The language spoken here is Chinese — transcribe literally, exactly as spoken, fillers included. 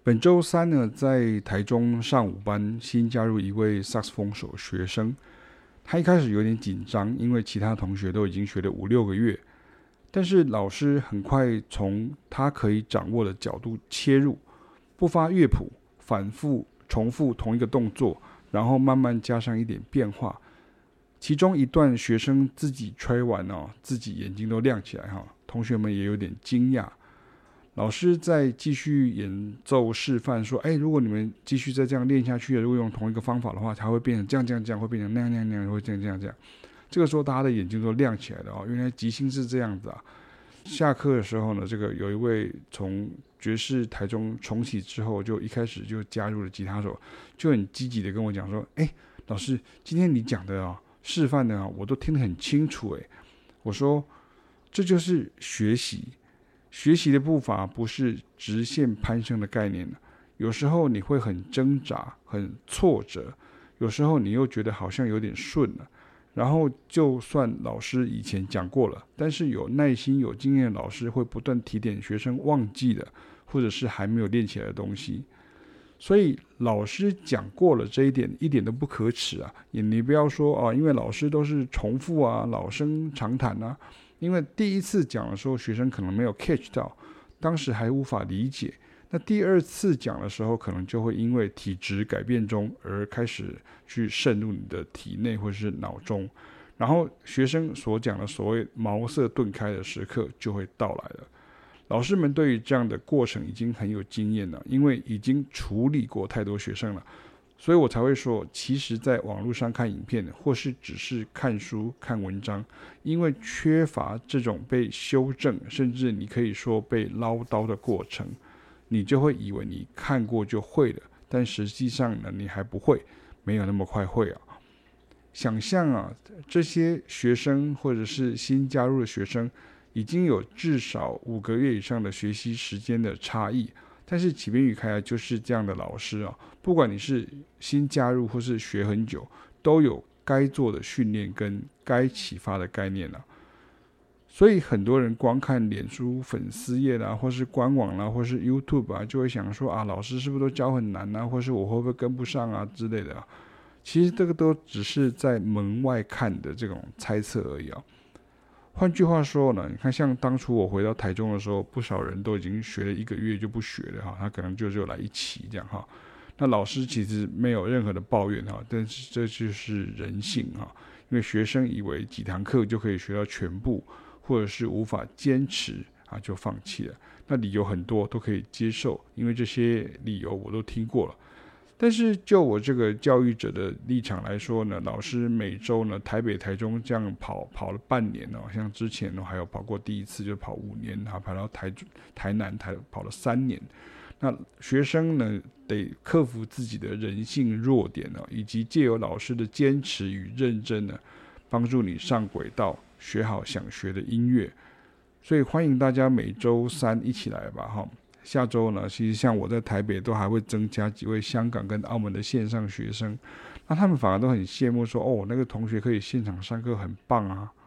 本周三呢，在台中上午班新加入一位萨克斯风手学生，他一开始有点紧张，因为其他同学都已经学了五六个月，但是老师很快从他可以掌握的角度切入，不发乐谱，反复重复同一个动作，然后慢慢加上一点变化。其中一段学生自己吹完哦，自己眼睛都亮起来哈，同学们也有点惊讶。老师在继续演奏示范说，哎，如果你们继续再这样练下去，如果用同一个方法的话，它会变成这样这样这样，会变成那样那样那样，会这样这样这样。这个时候大家的眼睛都亮起来了哦，原来即兴是这样子啊。下课的时候呢，这个有一位从爵士台中重启之后，就一开始就加入了吉他手，就很积极的跟我讲说，哎，老师，今天你讲的啊，示范的啊，我都听得很清楚哎。我说，这就是学习。学习的步伐不是直线攀升的概念，有时候你会很挣扎、很挫折，有时候你又觉得好像有点顺了。然后就算老师以前讲过了，但是有耐心、有经验的老师会不断提点学生忘记的，或者是还没有练起来的东西。所以老师讲过了这一点，一点都不可耻啊！你不要说啊，因为老师都是重复啊，老生常谈啊。因为第一次讲的时候，学生可能没有 catch 到，当时还无法理解。那第二次讲的时候，可能就会因为体质改变中而开始去渗入你的体内或是脑中，然后学生所讲的所谓茅塞顿开的时刻就会到来了。老师们对于这样的过程已经很有经验了，因为已经处理过太多学生了。所以我才会说，其实在网络上看影片，或是只是看书看文章，因为缺乏这种被修正，甚至你可以说被唠叨的过程，你就会以为你看过就会了，但实际上呢，你还不会，没有那么快会啊。想象啊，这些学生或者是新加入的学生，已经有至少五个月以上的学习时间的差异。但是启边与开来就是这样的老师啊，不管你是新加入或是学很久，都有该做的训练跟该启发的概念啊。所以很多人光看脸书粉丝页啦，或是官网啦，或是 YouTube 啊，就会想说啊，老师是不是都教很难啊，或是我会不会跟不上啊之类的啊。其实这个都只是在门外看的这种猜测而已啊。换句话说呢，你看像当初我回到台中的时候，不少人都已经学了一个月就不学了哈，他可能就只有来一期这样哈。那老师其实没有任何的抱怨哈，但是这就是人性哈，因为学生以为几堂课就可以学到全部，或者是无法坚持啊就放弃了。那理由很多都可以接受，因为这些理由我都听过了。但是就我这个教育者的立场来说呢，老师每周呢台北台中这样跑跑了半年哦，像之前呢还有跑过第一次就跑五年，还跑到台台南台跑了三年。那学生呢得克服自己的人性弱点哦，以及借由老师的坚持与认真呢，帮助你上轨道，学好想学的音乐。所以欢迎大家每周三一起来吧哈。下周呢，其实像我在台北都还会增加几位香港跟澳门的线上学生，那他们反而都很羡慕说，哦，那个同学可以现场上课，很棒啊。